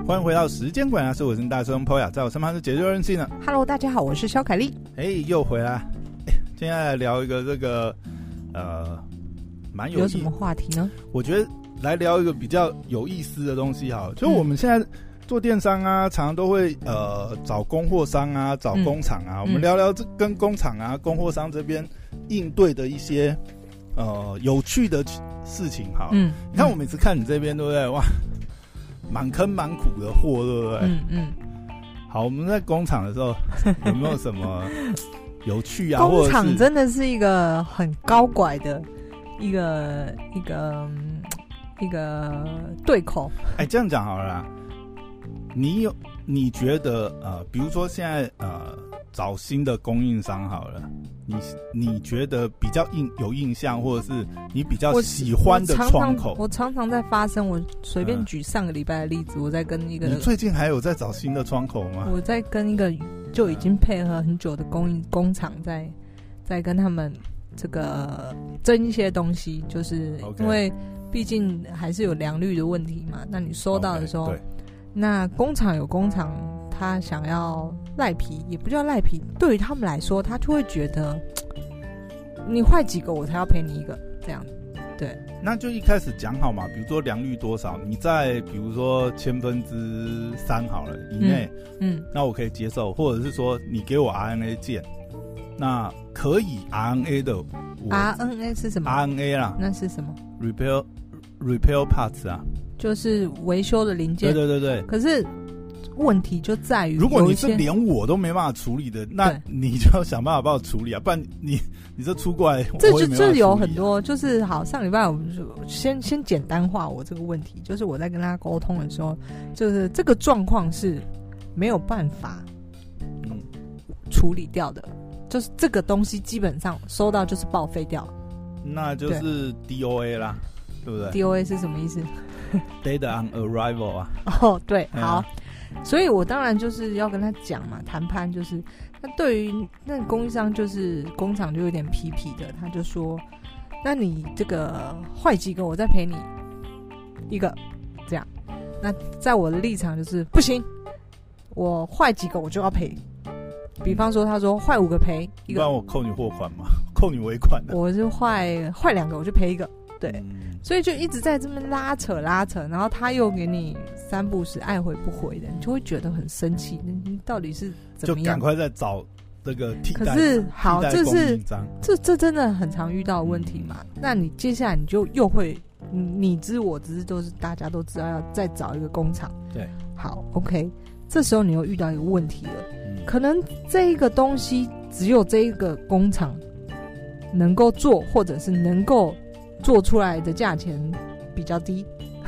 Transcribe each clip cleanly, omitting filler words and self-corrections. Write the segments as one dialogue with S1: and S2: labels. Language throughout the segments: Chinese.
S1: 欢迎回到时间管家，我是大师兄 Poya， 在我身旁是解救任性呢。
S2: Hello， 大家好，我是肖凯丽。
S1: 又回来。今天来聊一个这个蛮有
S2: 什么话题呢？
S1: 我觉得来聊一个比较有意思的东西好了，就我们现在做电商啊，常常都会找供货商啊，找工厂啊，我们聊聊这跟工厂啊、供货商这边应对的一些有趣的事情好了。你看我每次看你这边，对不对？哇，满坑满谷的货，对不对？好，我们在工厂的时候有没有什么有趣啊？
S2: 工厂真的是一个很高拐的一个对口。
S1: 这样讲好了啦。你觉得比如说现在找新的供应商好了，你觉得比较有印象，或者是你比较喜欢的窗口？
S2: 我常常在发生。我随便举上个礼拜的例子，我在跟一个，
S1: 你最近还有在找新的窗口吗？
S2: 我在跟一个就已经配合很久的工厂在跟他们这个争一些东西，就是因为毕竟还是有良率的问题嘛。那你收到的时候，那工厂有工厂他想要赖皮，也不叫赖皮，对于他们来说，他就会觉得你坏几个我才要赔你一个这样。对，
S1: 那就一开始讲好嘛，比如说良率多少，你在比如说3%好了以内，那我可以接受，或者是说你给我 RNA 件，那可以 RNA 的
S2: RNA 是什么
S1: ？RNA 啦，
S2: 那是什么
S1: ？Repair parts 啊，就是
S2: 维修的零件。
S1: 对。可
S2: 是问题就在于，
S1: 如果你是连我都没办法处理的，那你就要想办法帮我处理啊，不然你这出过来，
S2: 这有很多，就是好，上礼拜我们就先简单化我这个问题，就是我在跟他沟通的时候，就是这个状况是没有办法处理掉的，就是这个东西基本上收到就是报废掉，
S1: 那就是 DOA 啦，对不对
S2: ？DOA 是什么意思
S1: ？Data on Arrival 啊。
S2: 对，好。所以我当然就是要跟他讲嘛，谈判就是，那对于那供应商就是工厂就有点皮皮的，他就说，那你这个坏几个我再赔你一个，这样。那在我的立场就是不行，我坏几个我就要赔。比方说他说坏5个赔一个，
S1: 不然我扣你货款嘛，扣你尾款的。
S2: 我是坏2个我就赔一个。对，所以就一直在这边拉扯，然后他又给你3不5爱回不回的，你就会觉得很生气。你到底是怎么样？
S1: 就赶快再找这个替代。
S2: 可是好，这真的很常遇到的问题嘛。那你接下来你就又会你知我知，都是大家都知道要再找一个工厂。
S1: 对，
S2: 好 ，OK， 这时候你又遇到一个问题了，可能这一个东西只有这一个工厂能够做，或者是能够做出来的价钱比较低。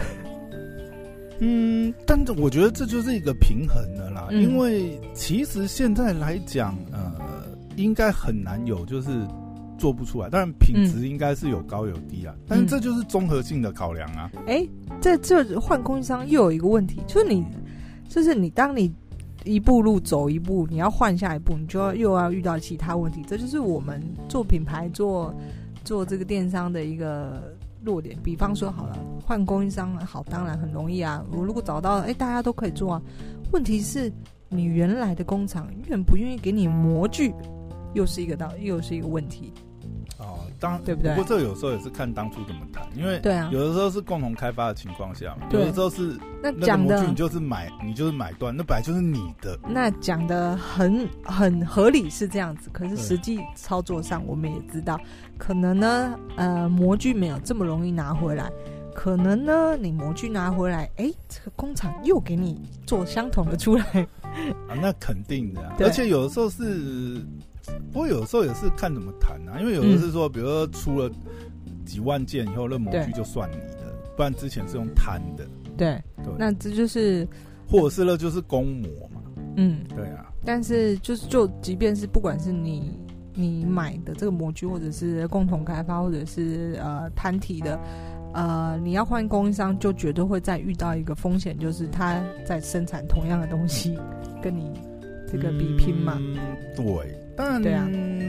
S1: 但是我觉得这就是一个平衡的啦，因为其实现在来讲，应该很难有就是做不出来，当然品质应该是有高有低啊，但是这就是综合性的考量啊。
S2: 这换供应商又有一个问题，就是你当你一步路走一步，你要换下一步，你就又要遇到其他问题。这就是我们做品牌做这个电商的一个弱点。比方说好了，换供应商好，当然很容易啊，我如果找到大家都可以做啊。问题是你原来的工厂愿不愿意给你模具，又是一个问题。对不对？
S1: 不过这有时候也是看当初怎么谈，因为有的时候是共同开发的情况下嘛，有的时候是那个模具你就是买断，那本来就是你的。那
S2: 讲的很合理是这样子，可是实际操作上我们也知道，可能呢模具没有这么容易拿回来，可能呢你模具拿回来，这个工厂又给你做相同的出来
S1: 那肯定的而且有的时候是。不过有时候也是看怎么谈啊，因为有的是说，比如说出了几万件以后，那模具就算你的，不然之前是用摊的。
S2: 对，那这就是，
S1: 或者是那就是公模嘛。对啊。
S2: 但是就即便是不管是你买的这个模具，或者是共同开发，或者是摊体的，你要换供应商，就绝对会再遇到一个风险，就是他在生产同样的东西，跟你这个比拼嘛。
S1: 对。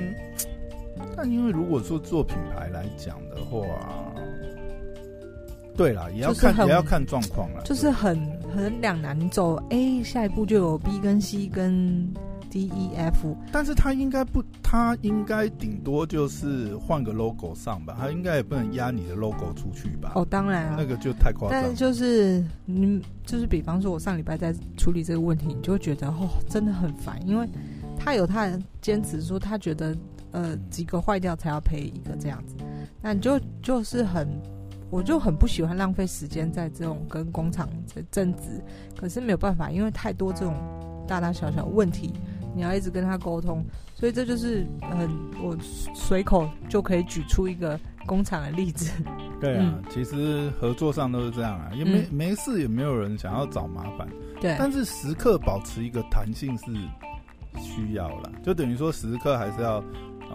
S1: 但因为如果说做品牌来讲的话， 对啦，也要看状况啦，
S2: 就是很两难。你走 A， 下一步就有 B 跟 C 跟 D、E、F。但是
S1: 他应该顶多就是换个 logo 上吧，他应该也不能压你的 logo 出去吧？
S2: 哦，当然啊，
S1: 那个就太夸张。
S2: 但是就是比方说，我上礼拜在处理这个问题，你就会觉得真的很烦，因为他有他的坚持说，他觉得几个坏掉才要赔一个这样子，那你就是我就很不喜欢浪费时间在这种跟工厂的争执，可是没有办法，因为太多这种大大小小问题，你要一直跟他沟通，所以这就是我随口就可以举出一个工厂的例子。
S1: 对啊，其实合作上都是这样啊，也没事，也没有人想要找麻烦。
S2: 对，
S1: 但是时刻保持一个弹性是需要啦，就等于说时刻还是要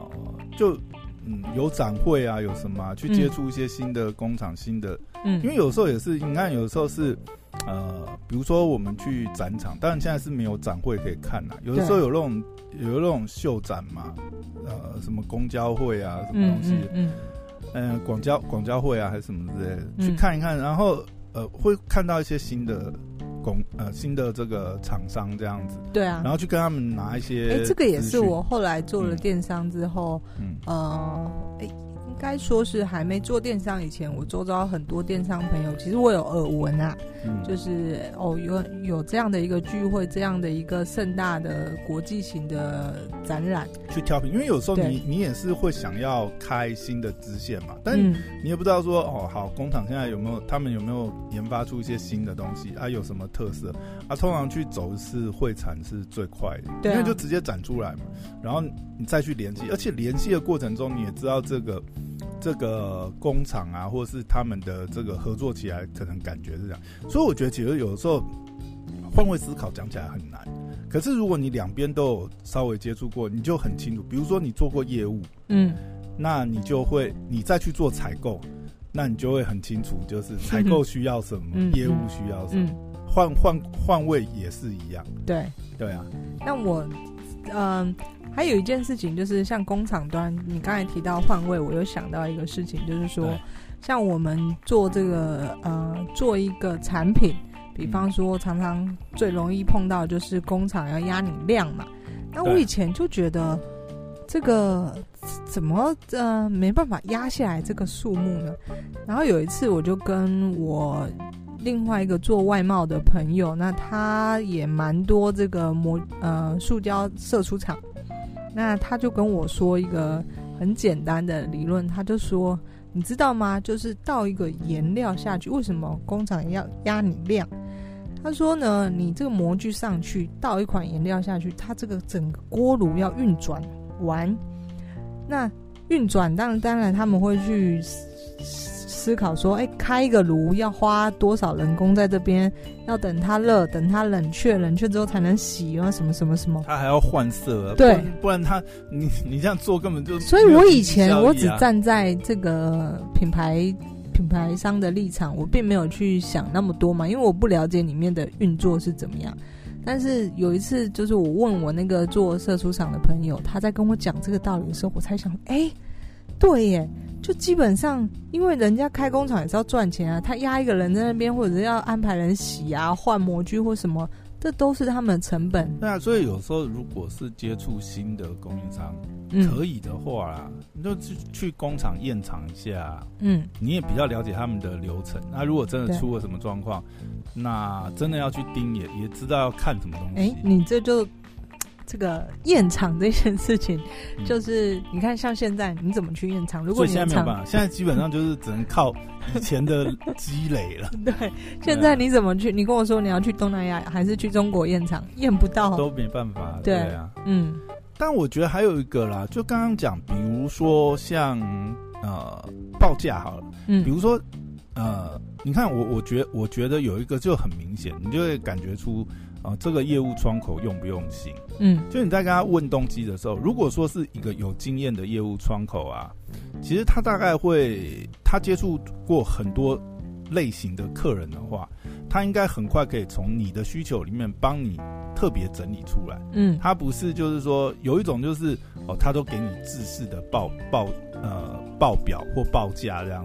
S1: 有展会啊，有什么啊，去接触一些新的工厂，新的，因为有时候也是，你看有时候是，比如说我们去展场，当然现在是没有展会可以看啦，有的时候有那种秀展嘛，什么公交会啊，什么东西，广交会啊，还是什么之类的，去看一看，然后会看到一些新的这个厂商这样子，
S2: 对啊，
S1: 然后去跟他们拿一些，
S2: 这个也是我后来做了电商之后，应该说是还没做电商以前，我周遭很多电商朋友，其实我有耳闻啊，就是有这样的一个聚会，这样的一个盛大的国际型的展览，
S1: 去挑品，因为有时候你也是会想要开新的支线嘛，但你也不知道说好工厂现在他们有没有研发出一些新的东西啊，有什么特色啊？通常去走一次会展是最快的，因为就直接展出来嘛，然后你再去联系，而且联系的过程中你也知道这个工厂啊，或者是他们的这个合作起来可能感觉是这样，所以我觉得其实有的时候换位思考讲起来很难，可是如果你两边都有稍微接触过，你就很清楚，比如说你做过业务，那你再去做采购，那你就会很清楚，就是采购需要什么，业务需要什么，换位也是一样，对啊。
S2: 那我还有一件事情，就是像工厂端，你刚才提到换位，我有想到一个事情，就是说，像我们做这个做一个产品，比方说常常最容易碰到就是工厂要压你量嘛。那我以前就觉得这个怎么没办法压下来这个数目呢？然后有一次我就跟我另外一个做外贸的朋友，那他也蛮多这个塑胶射出厂。那他就跟我说一个很简单的理论，他就说，你知道吗？就是倒一个颜料下去，为什么工厂要压你量？他说呢，你这个模具上去倒一款颜料下去，它这个整个锅炉要运转完。那运转当然他们会去思考说，开一个炉要花多少人工在这边，要等它热，等它冷却之后才能洗啊，什么什么什么，
S1: 它还要换色，
S2: 对，
S1: 不然你这样做根本就。
S2: 所以我以前我只站在这个品牌商的立场，我并没有去想那么多嘛，因为我不了解里面的运作是怎么样。但是有一次，就是我问我那个做射出厂的朋友，他在跟我讲这个道理的时候，我才想，对耶。就基本上，因为人家开工厂也是要赚钱啊，他压一个人在那边，或者是要安排人洗啊、换模具或什么，这都是他们的成本。
S1: 对啊，所以有时候如果是接触新的供应商，可以的话啦，你就去工厂验厂一下，你也比较了解他们的流程。那如果真的出了什么状况，那真的要去盯，也知道要看什么东西。
S2: 你这个验厂这件事情，就是你看，像现在你怎么去验厂？如果你
S1: 现在没有办法，现在基本上就是只能靠以前的积累了。
S2: 对，现在你怎么去？你跟我说你要去东南亚还是去中国验厂，验不到，
S1: 都没办法。
S2: 对
S1: 啊，但我觉得还有一个啦，就刚刚讲，比如说像报价好了，比如说你看我觉得有一个就很明显，你就会感觉出。这个业务窗口用不用心？就你在跟他问东西的时候，如果说是一个有经验的业务窗口啊，其实他大概他接触过很多类型的客人的话，他应该很快可以从你的需求里面帮你特别整理出来。他不是就是说有一种就是他都给你制式的报表或报价这样子。对。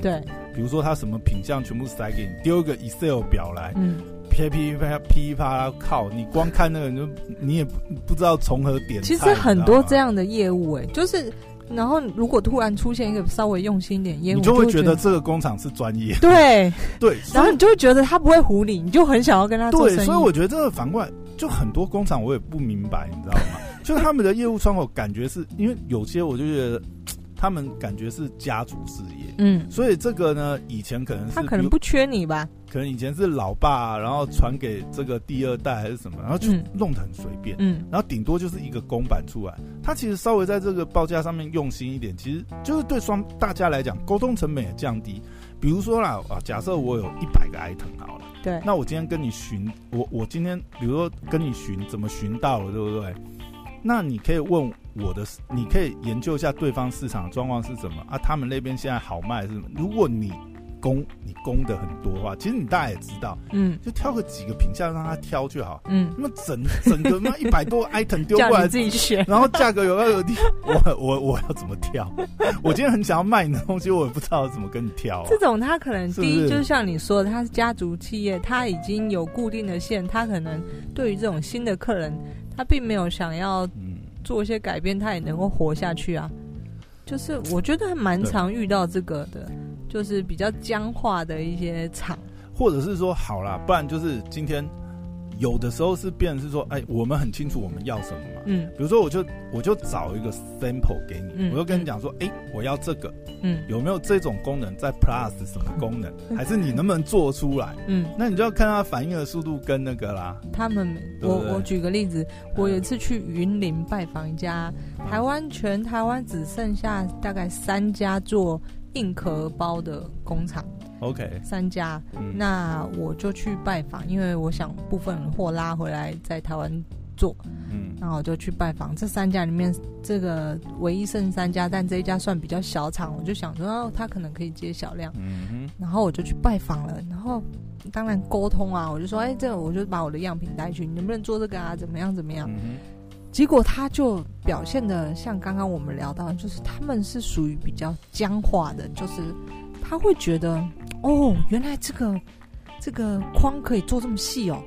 S1: 比如说他什么品项全部塞给你，丢一个 Excel 表来，噼里啪啦，靠！你光看那个你也不知道从何点菜。
S2: 其实很多这样的业务，就是。然后，如果突然出现一个稍微用心一点业务，
S1: 你就会觉得这个工厂是专业。
S2: 对
S1: 对，
S2: 然后你就会觉得他不会唬你，你就很想要跟他做生意。
S1: 对，所以我觉得这个反过来，就很多工厂我也不明白，你知道吗？就是他们的业务窗口感觉是因为有些我就觉得他们感觉是家族事业，所以这个呢，以前可能是
S2: 他可能不缺你吧。
S1: 可能以前是老爸，然后传给这个第二代还是什么，然后就弄得很随便，然后顶多就是一个公版出来。他其实稍微在这个报价上面用心一点，其实就是对大家来讲，沟通成本也降低。比如说啦，假设我有100个 item 好了，
S2: 对，
S1: 那我今天跟你询，我今天比如说跟你询怎么询到了，对不对？那你可以问我的，你可以研究一下对方市场状况是什么啊？他们那边现在好卖是什么？如果你供的很多的话，其实你大家也知道，就挑个几个品项让他挑就好，那么整个那100多 item 丢过来
S2: 自己选，
S1: 然后价格有高有低，我要怎么挑？我今天很想要卖你的东西，我也不知道怎么跟你挑
S2: 这种他可能第一就是像你说的，他是家族企业，他已经有固定的线，他可能对于这种新的客人，他并没有想要做一些改变，他也能够活下去啊。就是我觉得还蛮常遇到这个的，就是比较僵化的一些厂，
S1: 或者是说好啦，不然就是今天有的时候是变成是说，我们很清楚我们要什么嘛，比如说我就找一个 sample 给你，我就跟你讲说，我要这个，有没有这种功能，在 plus 什么功能，还是你能不能做出来，那你就要看他反应的速度跟那个啦。
S2: 他们，我举个例子，我有一次去云林拜访一家全台湾只剩下大概3家做硬壳包的工厂。
S1: OK，
S2: 3家，那我就去拜访，因为我想部分货拉回来在台湾做，然后我就去拜访这3家里面，这个唯一剩3家，但这一家算比较小厂，我就想说，他可能可以接小量，然后我就去拜访了，然后当然沟通啊，我就说，这个我就把我的样品带去，你能不能做这个啊？怎么样？结果他就表现的像刚刚我们聊到的，就是他们是属于比较僵化的，就是他会觉得原来这个框可以做这么细哦，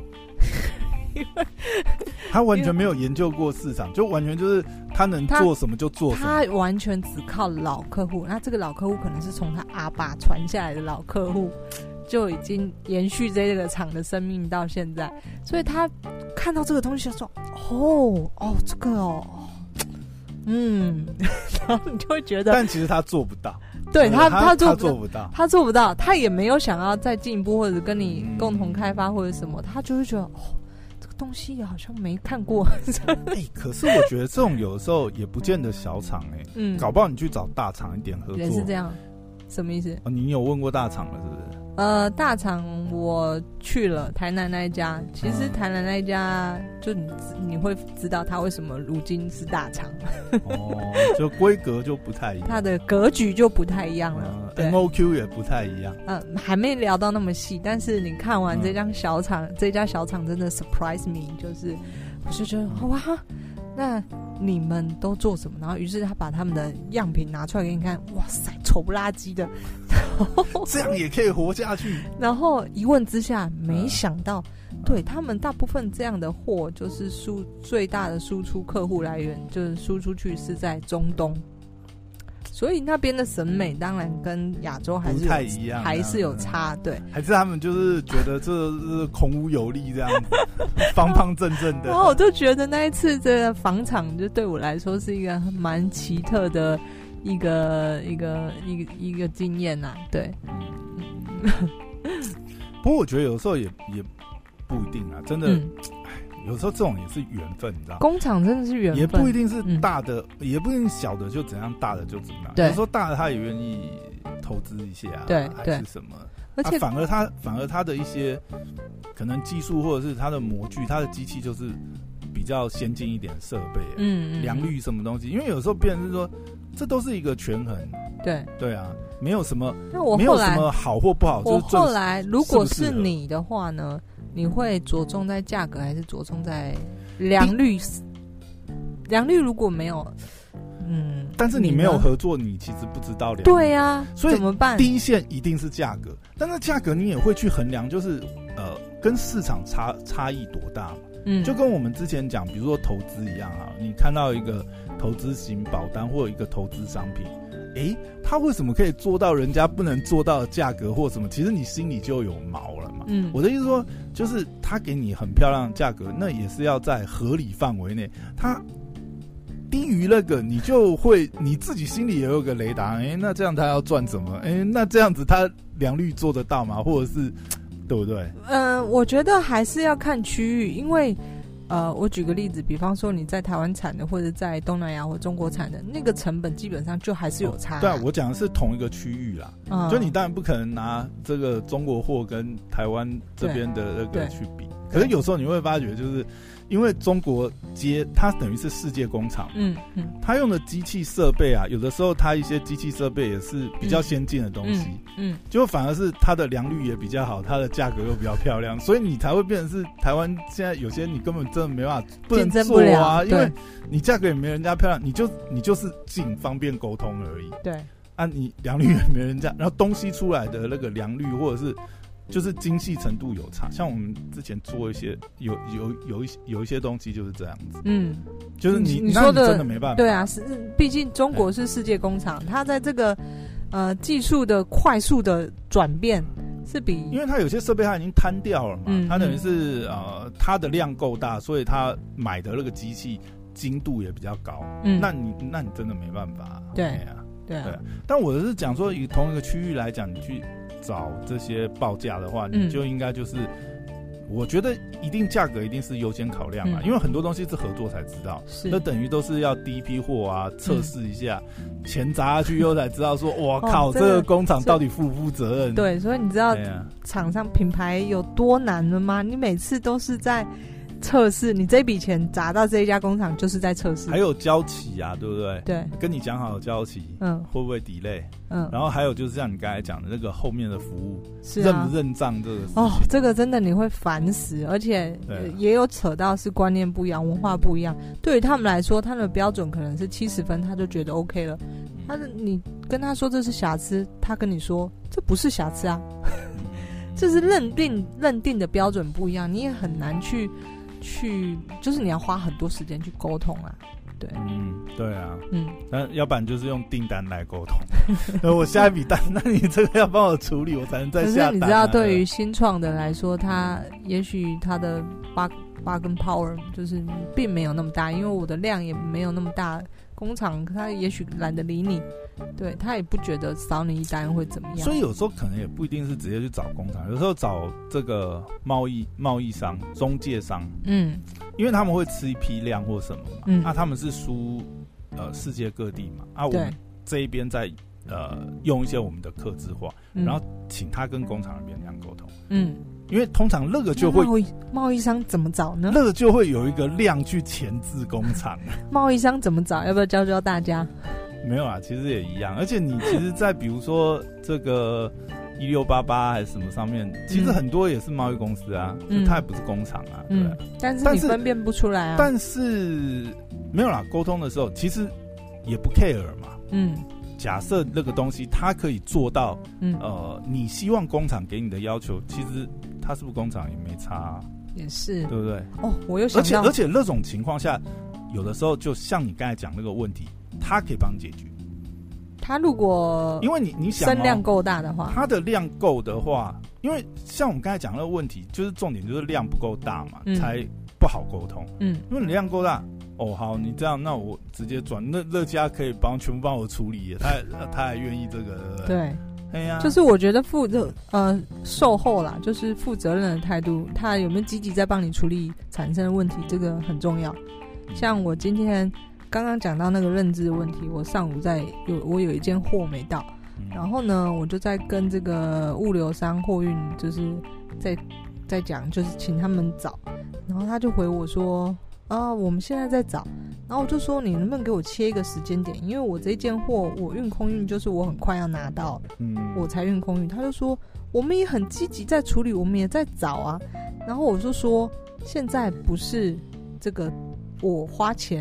S1: 他完全没有研究过市场，就完全就是他能做什么就做什么，
S2: 他完全只靠老客户，那这个老客户可能是从他阿爸传下来的老客户，就已经延续这个厂的生命到现在，所以他看到这个东西就说这个然后你就会觉得，
S1: 但其实他做不到，
S2: 对他做不到，他也没有想要再进一步或者跟你共同开发或者什么，他就会觉得这个东西好像没看过。
S1: 可是我觉得这种有的时候也不见得小厂搞不好你去找大厂一点合作
S2: 也是这样。什么意思？
S1: 你有问过大厂了是不是？
S2: 大厂我去了台南那一家，其实台南那一家就你会知道他为什么如今是大厂，
S1: 就规格就不太一样，
S2: 它的格局就不太一样了
S1: ，MOQ 也不太一样，
S2: 还没聊到那么细，但是你看完这家小厂，这家小厂真的 surprise me， 就是我就觉得哇，那你们都做什么？然后于是他把他们的样品拿出来给你看，哇塞，丑不拉几的，
S1: 这样也可以活下去。
S2: 然后一问之下，没想到，对他们大部分这样的货，就是最大的输出客户来源，就是输出去是在中东，所以那边的审美当然跟亚洲还是
S1: 不太一样，
S2: 还是有差，对。
S1: 还是他们就是觉得这是孔武有力这样子，方方正正的。
S2: 然后我就觉得那一次这个访场，就对我来说是一个蛮奇特的一个经验呐，对。
S1: 不过我觉得有时候也不一定啊，真的。有时候这种也是缘分，你知道，
S2: 工厂真的是缘分，
S1: 也不一定是大的，也不一定小的就怎样，大的就怎样。有时候大的他也愿意投资一些啊，
S2: 对，
S1: 还是什么，而且反而他的一些可能技术或者是他的模具，他的机器就是比较先进一点设备，良率什么东西，因为有时候变成是说，这都是一个权衡，对啊，没有什么，没有什么好或不好。
S2: 我后来如果是你的话呢？你会着重在价格还是着重在良率？良率如果没有
S1: 但是你没有合作，你其实不知道量。
S2: 对啊，
S1: 所以
S2: 怎么办？
S1: 第一线一定是价格，但是价格你也会去衡量，就是跟市场差异多大嘛。就跟我们之前讲，比如说投资一样啊，你看到一个投资型保单或者一个投资商品，他为什么可以做到人家不能做到的价格或什么？其实你心里就有毛了嘛。我的意思说，就是他给你很漂亮的价格，那也是要在合理范围内。他低于那个，你就会你自己心里也有个雷达。那这样他要赚什么？那这样子他良率做得到吗？或者是？对不对？
S2: 我觉得还是要看区域，因为我举个例子，比方说你在台湾产的，或者在东南亚或中国产的，那个成本基本上就还是有差。
S1: 对啊，我讲的是同一个区域啦。就你当然不可能拿这个中国货跟台湾这边的那个去比，可是有时候你会发觉，就是因为中国它等于是世界工厂，它用的机器设备啊，有的时候它一些机器设备也是比较先进的东西，就反而是它的良率也比较好，它的价格又比较漂亮，所以你才会变成是台湾现在有些你根本真的没办法不能做啊，因为你价格也没人家漂亮，你就是仅方便沟通而已。
S2: 对
S1: 啊，你良率也没人家，然后东西出来的那个良率或者是就是精细程度有差，像我们之前做一些有一些东西就是这样子，就是你说的真的没办法，
S2: 对啊，毕竟中国是世界工厂，它在这个技术的快速的转变是比，
S1: 因为它有些设备它已经摊掉了嘛，它等于是它的量够大，所以它买的那个机器精度也比较高，那你真的没办法，
S2: 对啊，
S1: 但我是讲说以同一个区域来讲，你去找这些报价的话，你就应该就是，我觉得一定价格一定是优先考量嘛，因为很多东西是合作才知道，那等于都是要第一批货啊，测试一下，钱砸下去又才知道说，哇靠，这个工厂到底负不负责任？
S2: 对，所以你知道厂商品牌有多难了吗？你每次都是在测试，你这笔钱砸到这一家工厂就是在测试，
S1: 还有交期啊，对不对？
S2: 对，
S1: 跟你讲好的交期，会不会 delay？然后还有就是像你刚才讲的那个后面的服务，认不认账这个事情，
S2: 这个真的你会烦死，而且也有扯到是观念不一样，文化不一样。对于他们来说，他们的标准可能是70分，他就觉得 OK 了。你跟他说这是瑕疵，他跟你说这不是瑕疵啊，这是认定的标准不一样，你也很难去，就是你要花很多时间去沟通啊。对，
S1: 对啊，那要不然就是用订单来沟通。我下一笔单，那你这个要帮我处理，我才能再下单。可
S2: 是你知道，对于新创的来说，他也许他的bargain power 就是并没有那么大，因为我的量也没有那么大。工厂他也许懒得理你，对，他也不觉得少你一单会怎么样，
S1: 所以有时候可能也不一定是直接去找工厂，有时候找这个贸易商、中介商，因为他们会吃一批量或什么嘛，他们是输世界各地嘛，我们这一边在用一些我们的客制化，然后请他跟工厂那边这样沟通，因为通常那个就会
S2: 贸易商怎么找呢？
S1: 那个就会有一个量去前置工厂。
S2: 贸易商怎么找？要不要教大家？
S1: 没有啊，其实也一样。而且你其实，在比如说这个1688还是什么上面，其实很多也是贸易公司啊，它也不是工厂啊，对不对？
S2: 但是你分辨不出来啊。
S1: 但是没有啦，沟通的时候其实也不 care 嘛。假设那个东西它可以做到，你希望工厂给你的要求，其实它是不是工厂也没差啊，
S2: 也是，
S1: 对不对？
S2: 我又想到，
S1: 而且那种情况下，有的时候就像你刚才讲那个问题，它可以帮你解决。
S2: 它如果
S1: 因为你想
S2: 声量够大的话，
S1: 它的量够的话，因为像我们刚才讲那个问题，就是重点就是量不够大嘛，才不好沟通。因为你量够大。好，你这样，那我直接转，那家可以全部帮我处理，他还愿意这个，
S2: 对，
S1: 呀，
S2: 就是我觉得售后啦，就是负责任的态度，他有没有积极在帮你处理产生的问题，这个很重要。像我今天刚刚讲到那个认知的问题，我上午我有一件货没到，然后呢，我就在跟这个物流商货运，就是在讲，就是请他们找，然后他就回我说。我们现在在找，然后我就说你能不能给我切一个时间点，因为我这一件货我运空运就是我很快要拿到，我才运空运。他就说我们也很积极在处理，我们也在找啊。然后我就说现在不是这个我花钱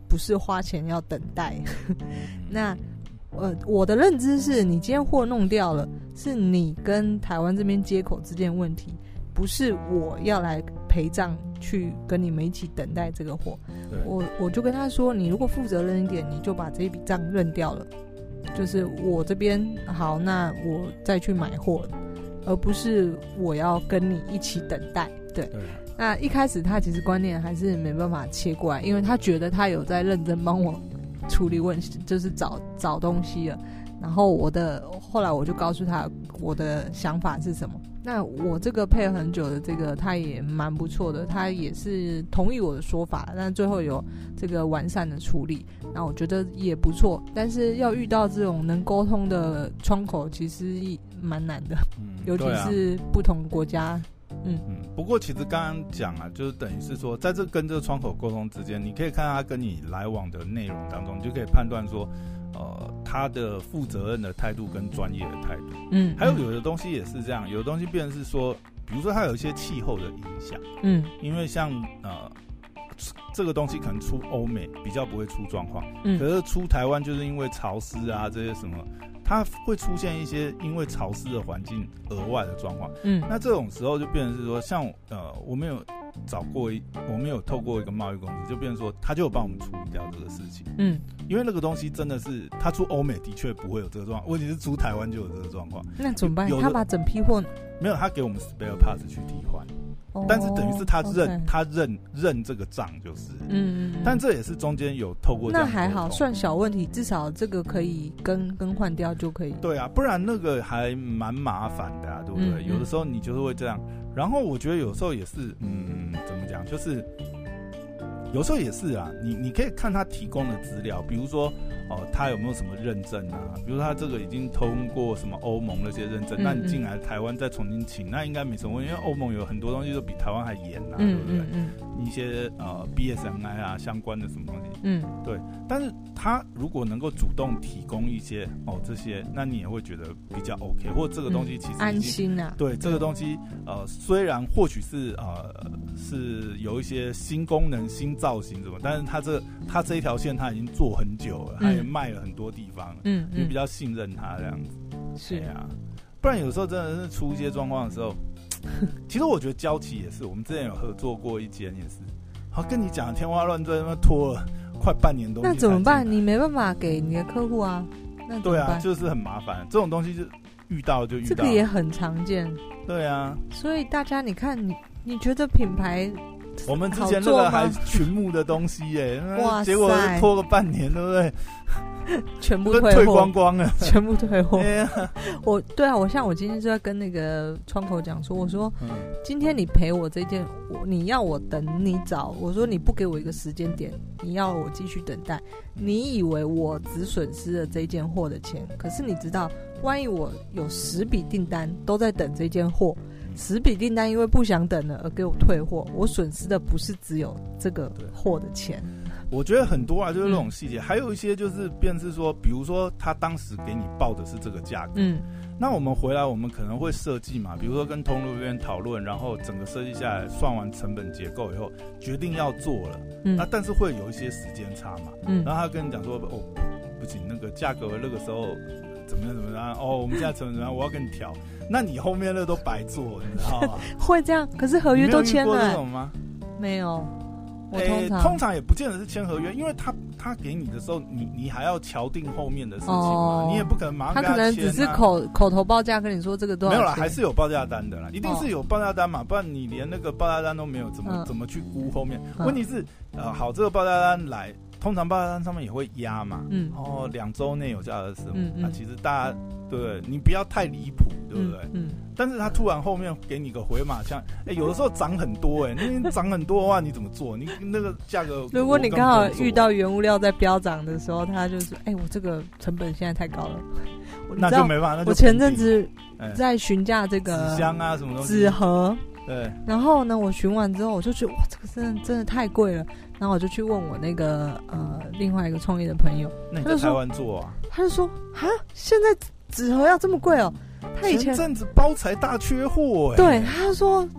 S2: 不是花钱要等待。那我的认知是你今天货弄掉了，是你跟台湾这边接口之间的问题，不是我要来陪葬去跟你们一起等待这个货。我就跟他说，你如果负责任一点，你就把这一笔账认掉了，就是我这边好，那我再去买货，而不是我要跟你一起等待。对，那一开始他其实观念还是没办法切过来，因为他觉得他有在认真帮我处理问题，就是找东西了。然后后来我就告诉他我的想法是什么。那我这个配合很久的这个他也蛮不错的，他也是同意我的说法，但最后有这个完善的处理，那我觉得也不错。但是要遇到这种能沟通的窗口其实蛮难的，尤其是不同国家。
S1: 不过其实刚刚讲啊，就是等于是说，在跟这个窗口沟通之间，你可以看他跟你来往的内容当中，你就可以判断说，他的负责任的态度跟专业的态度。还有的东西也是这样，有的东西变成是说，比如说它有一些气候的影响。因为像这个东西可能出欧美比较不会出状况，可是出台湾就是因为潮湿啊这些什么。它会出现一些因为潮湿的环境额外的状况，那这种时候就变成是说，像我们有我们有透过一个贸易公司，就变成说，他就有帮我们处理掉这个事情，因为那个东西真的是，他出欧美的确不会有这个状况，问题是出台湾就有这个状况，
S2: 那怎么办？他把整批货
S1: 没有，他给我们 spare parts 去替换。但是等于是他认这个账就是，但这也是中间有透过这样，
S2: 那还好，算小问题，至少这个可以更换掉就可以。
S1: 对啊，不然那个还蛮麻烦的啊，对不对？有的时候你就是会这样，然后我觉得有时候也是，怎么讲，就是有时候也是啊，你可以看他提供的资料，比如说他有没有什么认证啊？比如说他这个已经通过什么欧盟那些认证，那你进来台湾再重新请，那应该没什么问题，因为欧盟有很多东西都比台湾还严啊，对不对？一些BSNI 啊相关的什么东西，对。但是他如果能够主动提供一些这些，那你也会觉得比较 OK， 或者这个东西其实
S2: 安心啊。
S1: 对，这个东西虽然或许是有一些新功能、新造型什么，但是他这一条线他已经做很久了，他也卖了很多地方了，你比较信任他这样子。
S2: 是
S1: 啊，不然有时候真的是出一些状况的时候，其实我觉得交期也是，我们之前有合作过一间也是，好跟你讲天花乱坠，那拖了快半年多。
S2: 那怎么办？你没办法给你的客户啊，那怎么办？
S1: 对啊，就是很麻烦，这种东西就遇到就遇到，
S2: 这个也很常见。
S1: 对啊，
S2: 所以大家你看你觉得品牌？
S1: 我们之前那个还群募的东西耶，
S2: 哇，
S1: 结果拖个半年，对不对？
S2: 全部
S1: 退光光了，
S2: 全部退货。对啊，我今天就在跟那个窗口讲说，我说，今天你赔我这件，你要我等你找，我说你不给我一个时间点，你要我继续等待，你以为我只损失了这件货的钱，可是你知道，万一我有10笔订单都在等这件货。10笔订单因为不想等了而给我退货，我损失的不是只有这个货的钱。
S1: 我觉得很多啊，就是那种细节，还有一些就是变是说，比如说他当时给你报的是这个价格，那我们回来我们可能会设计嘛，比如说跟通路这边讨论，然后整个设计下来，算完成本结构以后，决定要做了，那但是会有一些时间差嘛，然后他跟你讲说，不行，那个价格那个时候怎么样，我们现在成本怎么样，我要跟你调。那你后面那都白做，你知道吗？
S2: 会这样，可是合约都签了。
S1: 你没有遇过这种吗？
S2: 没有，我
S1: 通常也不见得是签合约，因为他给你的时候，你还要敲定后面的事情嘛，你也不可能马上跟
S2: 他签。他可能只是口头报价跟你说这个多少钱。
S1: 没有啦，还是有报价单的啦，一定是有报价单嘛，不然你连那个报价单都没有，怎么去估后面？问题是好，这个报价单来。通常报价单上面也会压嘛，2周内有价的事，其实大家对不对？你不要太离谱，对不对？但是他突然后面给你个回马枪，有的时候涨很多，那涨很多的话，你怎么做？你那个价格，
S2: 如果你刚好遇到原物料在飙涨的时候，他就是我这个成本现在太高了，
S1: 那就没办法。
S2: 我前阵子在询价这个
S1: 纸箱啊什么东西，
S2: 纸盒。
S1: 对，
S2: 然后呢，我询完之后，我就觉得哇，这个真的太贵了。然后我就去问我那个另外一个创业的朋友，
S1: 那你在台湾做啊？
S2: 他就说现在纸盒要这么贵哦？他以前
S1: 阵子包材大缺货，
S2: 对，他说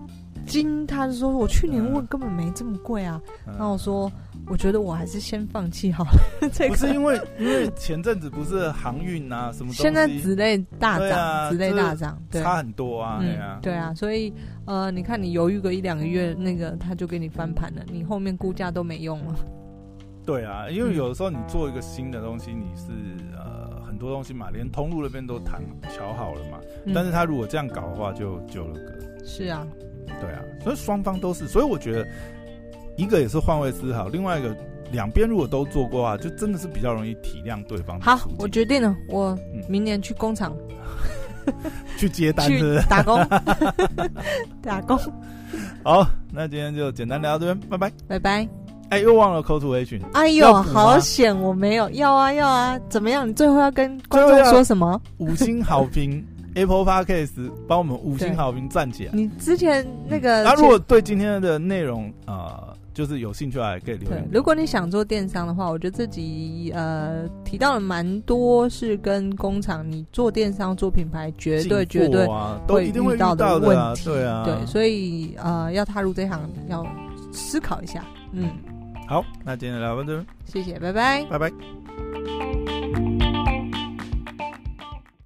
S2: 惊，他就说我去年问根本没这么贵啊。然后我说我觉得我还是先放弃好了。这个
S1: 不是因为前阵子不是航运啊什么东西，
S2: 现在纸类大涨，
S1: 啊，
S2: 纸类大涨，对，
S1: 差很多啊，
S2: 对啊，所以你看你犹豫个1-2个月，那个他就给你翻盘了，你后面估价都没用了。
S1: 对啊，因为有的时候你做一个新的东西，你是很多东西嘛，连通路那边都瞧好了嘛，但是他如果这样搞的话，就丢了个。是
S2: 啊，
S1: 对啊，所以双方都是，所以我觉得一个也是换位思考，另外一个两边如果都做过的话，就真的是比较容易体谅对方的处境。
S2: 好，我决定了，我明年去工厂
S1: 去接单，是不是？
S2: 去打工，打工。
S1: 好，那今天就简单聊到这边，拜拜，
S2: 拜拜。
S1: 哎，又忘了 call to action。
S2: 哎呦，好险，我没有。要啊，怎么样？你最后要跟观众说什么
S1: ？5星好评，Apple Podcast 帮我们5星好评站起来。
S2: 你之前那个，
S1: 如果对今天的内容就是有兴趣的话，也可以留言。
S2: 如果你想做电商的话，我觉得这集提到了蛮多是跟工厂，你做电商做品牌，绝对
S1: 都一定会遇到的
S2: 问题。
S1: 对啊，
S2: 对，所以要踏入这行，要思考一下。
S1: 好，那今天聊到这边，
S2: 谢谢，拜拜，
S1: 拜拜。